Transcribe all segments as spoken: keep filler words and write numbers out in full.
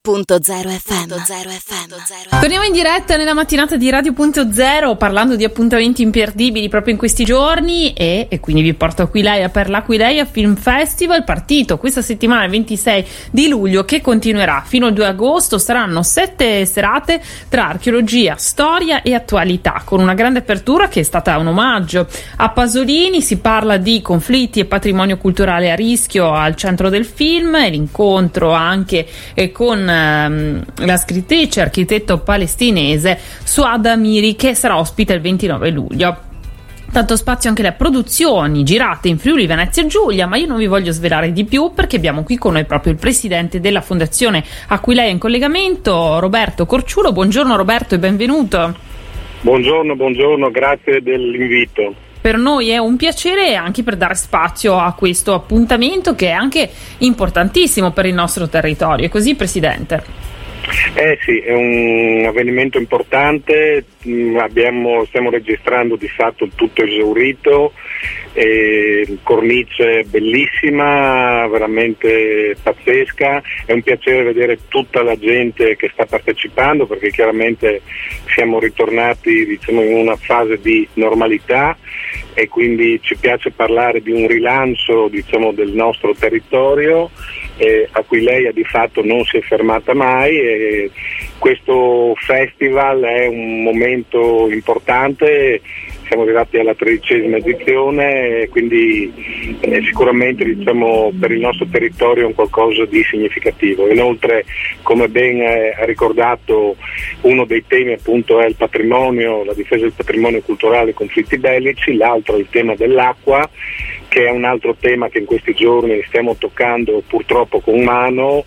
Punto zero F M. Torniamo in diretta nella mattinata di Radio Punto Zero parlando di appuntamenti imperdibili proprio in questi giorni e, e quindi vi porto Aquileia per l'Aquileia Film Festival, partito questa settimana il ventisei di luglio, che continuerà fino al due agosto. Saranno sette serate tra archeologia, storia e attualità, con una grande apertura che è stata un omaggio a Pasolini. Si parla di conflitti e patrimonio culturale a rischio al centro del film, e l'incontro anche eh, con la scrittrice e architetto palestinese Suad Amiri, che sarà ospite il ventinove luglio. Tanto spazio anche alle produzioni girate in Friuli, Venezia e Giulia, ma io non vi voglio svelare di più perché abbiamo qui con noi proprio il presidente della Fondazione Aquileia in collegamento, Roberto Corciulo. Buongiorno Roberto e benvenuto. Buongiorno, buongiorno, grazie dell'invito. Per noi è un piacere, anche per dare spazio a questo appuntamento che è anche importantissimo per il nostro territorio. È così, Presidente? Eh sì, è un avvenimento importante, abbiamo, stiamo registrando di fatto il tutto esaurito, eh, cornice bellissima, veramente pazzesca. È un piacere vedere tutta la gente che sta partecipando, perché chiaramente siamo ritornati, diciamo, in una fase di normalità e quindi ci piace parlare di un rilancio, diciamo, del nostro territorio. Eh, Aquileia di fatto non si è fermata mai e questo festival è un momento importante. Siamo arrivati alla tredicesima edizione e quindi eh, sicuramente, diciamo, per il nostro territorio è un qualcosa di significativo. Inoltre, come ben eh, ha ricordato, uno dei temi appunto è il patrimonio, la difesa del patrimonio culturale e i conflitti bellici, l'altro è il tema dell'acqua, che è un altro tema che in questi giorni stiamo toccando purtroppo con mano,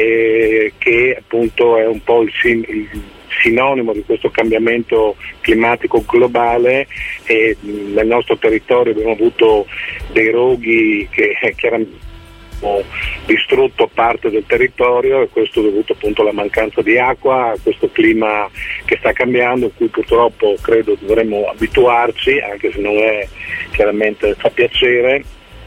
e che appunto è un po' il, sim- il sinonimo di questo cambiamento climatico globale. E nel nostro territorio abbiamo avuto dei roghi che eh, chiaramente hanno distrutto parte del territorio, e questo dovuto appunto alla mancanza di acqua, a questo clima che sta cambiando, a cui purtroppo credo dovremmo abituarci, anche se non è chiaramente fa piacere.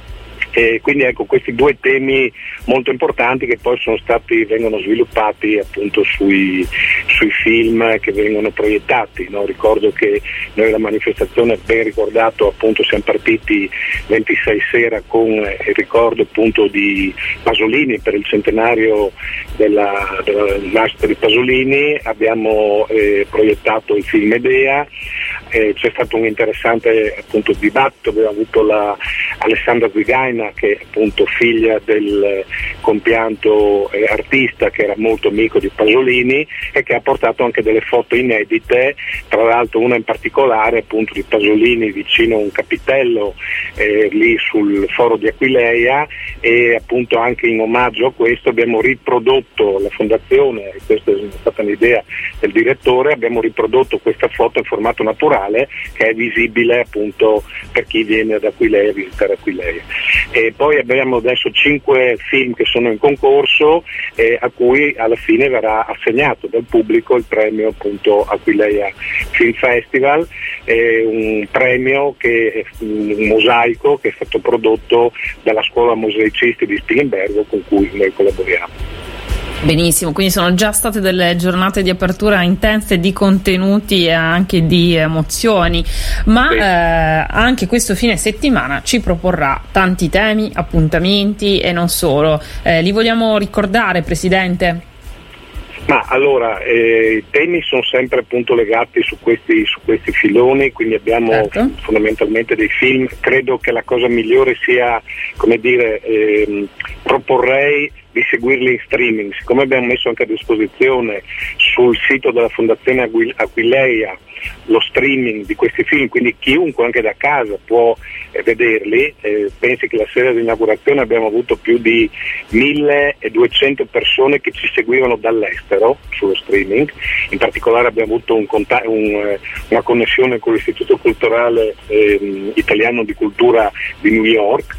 E quindi ecco, questi due temi molto importanti che poi sono stati, vengono sviluppati appunto sui, sui film che vengono proiettati, no? Ricordo che noi la manifestazione, ben ricordato, appunto siamo partiti ventisei sera con il ricordo appunto di Pasolini per il centenario della, della nascita di Pasolini. Abbiamo eh, proiettato il film Medea. Eh, c'è stato un interessante appunto dibattito, abbiamo avuto la Alessandra Zigaina, che è appunto figlia del compianto eh, artista che era molto amico di Pasolini e che ha portato anche delle foto inedite, tra l'altro una in particolare appunto di Pasolini vicino a un capitello eh, lì sul foro di Aquileia, e appunto anche in omaggio a questo abbiamo riprodotto, la fondazione, e questa è stata un'idea del direttore, abbiamo riprodotto questa foto in formato naturale che è visibile appunto per chi viene ad Aquileia a visitare Aquileia. E poi abbiamo adesso cinque film che sono in concorso, eh, a cui alla fine verrà assegnato dal pubblico il premio appunto Aquileia Film Festival, eh, un premio che è un mosaico che è stato prodotto dalla scuola mosaicisti di Spilimbergo con cui noi collaboriamo. Benissimo, quindi sono già state delle giornate di apertura intense di contenuti e anche di emozioni, ma sì. eh, anche questo fine settimana ci proporrà tanti temi, appuntamenti e non solo. Eh, li vogliamo ricordare, Presidente? Ma allora, eh, i temi sono sempre appunto legati su questi, su questi filoni, quindi abbiamo certo. fondamentalmente dei film. Credo che la cosa migliore sia, come dire, ehm, proporrei di seguirli in streaming, siccome abbiamo messo anche a disposizione sul sito della Fondazione Aquileia lo streaming di questi film, quindi chiunque anche da casa può eh, vederli. Eh, pensi che la sera di inaugurazione abbiamo avuto più di milleduecento persone che ci seguivano dall'estero sullo streaming, in particolare abbiamo avuto un conta- un, eh, una connessione con l'Istituto Culturale eh, Italiano di Cultura di New York,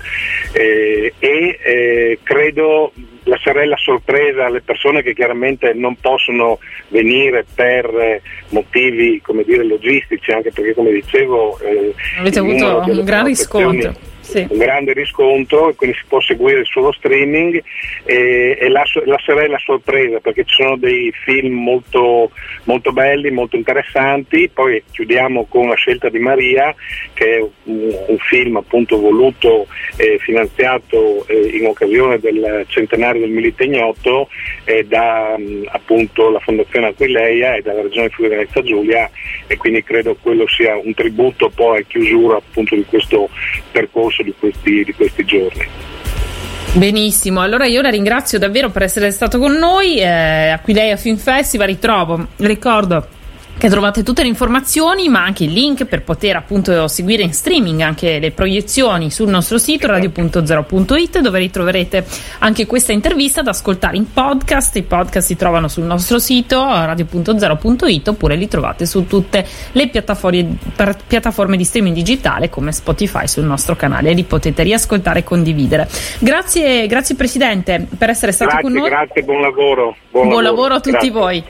eh, e eh, credo lascerei la sorpresa alle persone che chiaramente non possono venire per motivi, come dire, logistici, anche perché, come dicevo, eh, avete avuto un gran riscontro. sì. un grande riscontro, e quindi si può seguire il suo streaming, e, e la, lascerei la sorpresa perché ci sono dei film molto, molto belli, molto interessanti. Poi chiudiamo con La scelta di Maria, che è un, un film appunto voluto e finanziato eh, in occasione del centenario del Milite Ignoto eh, da mh, appunto la Fondazione Aquileia e dalla Regione Friuli Venezia Giulia, e quindi credo quello sia un tributo poi a chiusura appunto di questo percorso di questi, di questi giorni. Benissimo, allora io la ringrazio davvero per essere stato con noi. eh, Aquileia Film Festival, ritrovo, ricordo che trovate tutte le informazioni ma anche il link per poter appunto seguire in streaming anche le proiezioni sul nostro sito radio punto zero punto it, dove ritroverete anche questa intervista da ascoltare in podcast. I podcast si trovano sul nostro sito radio punto zero punto it, oppure li trovate su tutte le piattaforme, piattaforme di streaming digitale come Spotify, sul nostro canale, e li potete riascoltare e condividere. Grazie, grazie Presidente per essere stato grazie, con noi. Grazie, buon lavoro. Buon, buon lavoro, lavoro a tutti grazie. voi.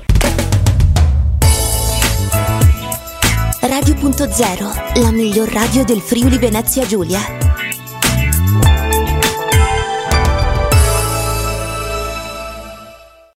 Radio punto zero, la miglior radio del Friuli Venezia Giulia.